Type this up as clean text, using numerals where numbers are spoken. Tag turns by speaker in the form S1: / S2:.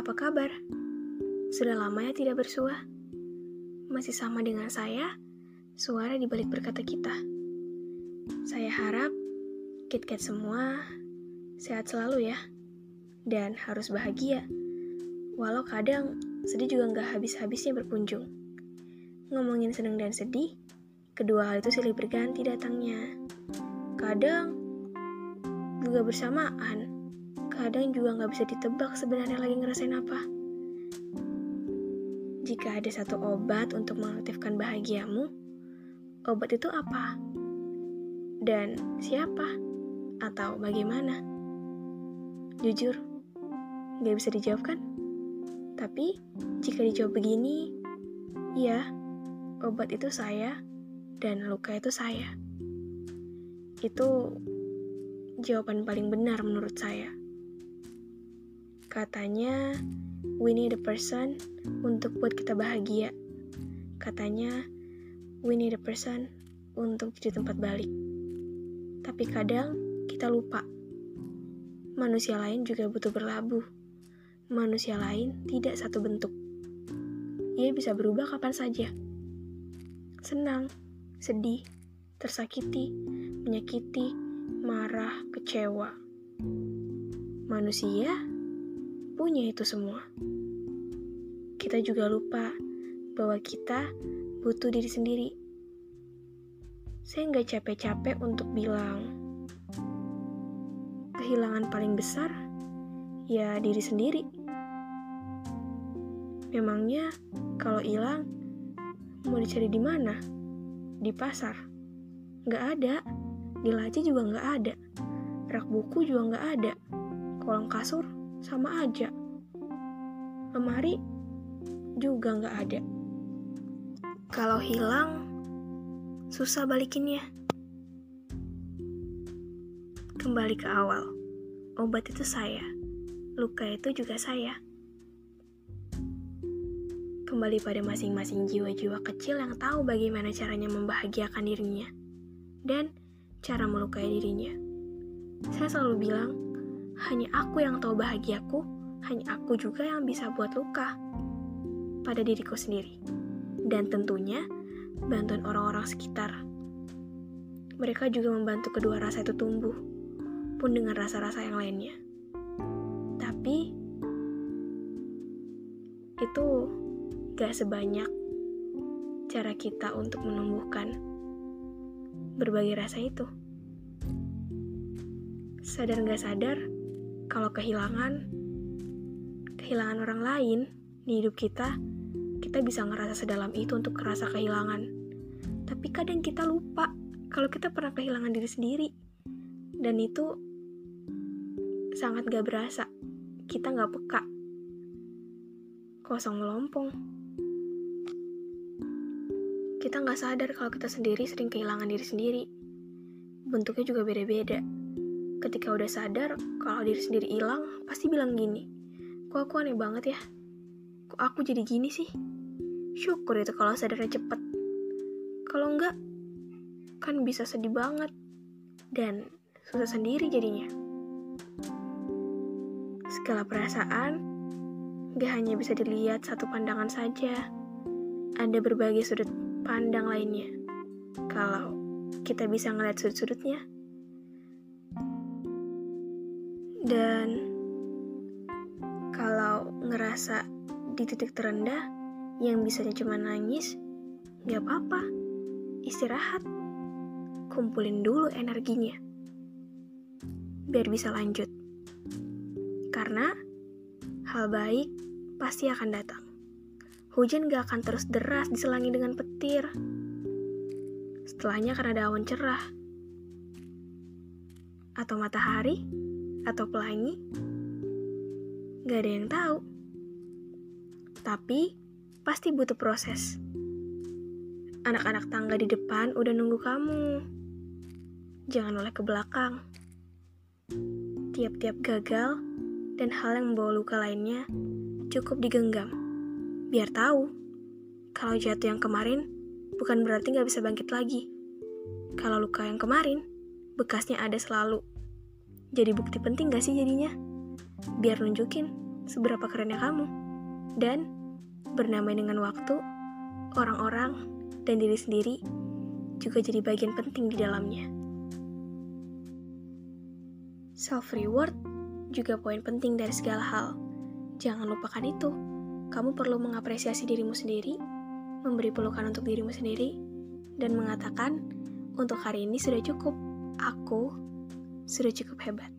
S1: apa kabar? Sudah lama ya tidak bersua. Masih sama dengan saya, suara di balik berkata kita. Saya harap KitKat semua sehat selalu ya. Dan harus bahagia. Walau kadang sedih juga nggak habis-habisnya berkunjung. Ngomongin seneng dan sedih, kedua hal itu silih berganti datangnya. Kadang juga bersamaan. Kadang juga nggak bisa ditebak sebenarnya lagi ngerasain apa. Jika ada satu obat untuk mengaktifkan bahagiamu, obat itu apa? Dan siapa? Atau bagaimana? Jujur, nggak bisa dijawab kan? Tapi, jika dijawab begini, iya, obat itu saya, dan luka itu saya. Itu jawaban paling benar menurut saya. Katanya, we need a person untuk buat kita bahagia. Katanya, we need a person untuk jadi tempat balik. Tapi kadang kita lupa. Manusia lain juga butuh berlabuh. Manusia lain tidak satu bentuk. Ia bisa berubah kapan saja. Senang, sedih, tersakiti, menyakiti, marah, kecewa. Manusia punya itu semua. Kita juga lupa bahwa kita butuh diri sendiri. Saya nggak capek-capek untuk bilang, kehilangan paling besar, ya diri sendiri. Memangnya kalau hilang, mau dicari di mana? Di pasar? Nggak ada. Di laci juga nggak ada. Rak buku juga nggak ada. Kolong kasur sama aja. Lemari juga nggak ada. Kalau hilang, susah balikinnya. Kembali ke awal. Obat itu saya. Luka itu juga saya. Kembali pada masing-masing jiwa-jiwa kecil yang tahu bagaimana caranya membahagiakan dirinya. Dan cara melukai dirinya. Saya selalu bilang, hanya aku yang tahu bahagiaku, hanya aku juga yang bisa buat luka pada diriku sendiri. Dan tentunya, bantuan orang-orang sekitar. Mereka juga membantu kedua rasa itu tumbuh, pun dengan rasa-rasa yang lainnya. Tapi, itu gak sebanyak cara kita untuk menumbuhkan berbagai rasa itu. Sadar gak sadar, kalau kehilangan orang lain di hidup kita bisa ngerasa sedalam itu untuk ngerasa kehilangan. Tapi kadang kita lupa kalau kita pernah kehilangan diri sendiri. Dan itu sangat gak berasa. Kita gak peka. Kosong melompong. Kita gak sadar kalau kita sendiri sering kehilangan diri sendiri. Bentuknya juga beda-beda. Ketika udah sadar kalau diri sendiri hilang, pasti bilang gini, kok aku aneh banget ya? Kok aku jadi gini sih? Syukur itu kalau sadarnya cepet. Kalau enggak, kan bisa sedih banget. Dan susah sendiri jadinya. Segala perasaan, gak hanya bisa dilihat satu pandangan saja. Ada berbagai sudut pandang lainnya. Kalau kita bisa ngeliat sudut-sudutnya. Dan kalau ngerasa di titik terendah yang bisanya cuma nangis, gak apa-apa. Istirahat. Kumpulin dulu energinya. Biar bisa lanjut. Karena hal baik pasti akan datang. Hujan gak akan terus deras diselangi dengan petir. Setelahnya akan ada awan cerah. Atau matahari. Atau pelangi. Gak ada yang tahu. Tapi pasti butuh proses. Anak-anak tangga di depan udah nunggu kamu. Jangan noleh ke belakang. Tiap-tiap gagal dan hal yang membawa luka lainnya cukup digenggam. Biar tahu, kalau jatuh yang kemarin bukan berarti gak bisa bangkit lagi. Kalau luka yang kemarin, bekasnya ada selalu. Jadi bukti penting gak sih jadinya? Biar nunjukin seberapa kerennya kamu. Dan bernamai dengan waktu, orang-orang, dan diri sendiri juga jadi bagian penting di dalamnya. Self-reward juga poin penting dari segala hal. Jangan lupakan itu. Kamu perlu mengapresiasi dirimu sendiri, memberi pelukan untuk dirimu sendiri, dan mengatakan, untuk hari ini sudah cukup. Aku sudah cukup hebat.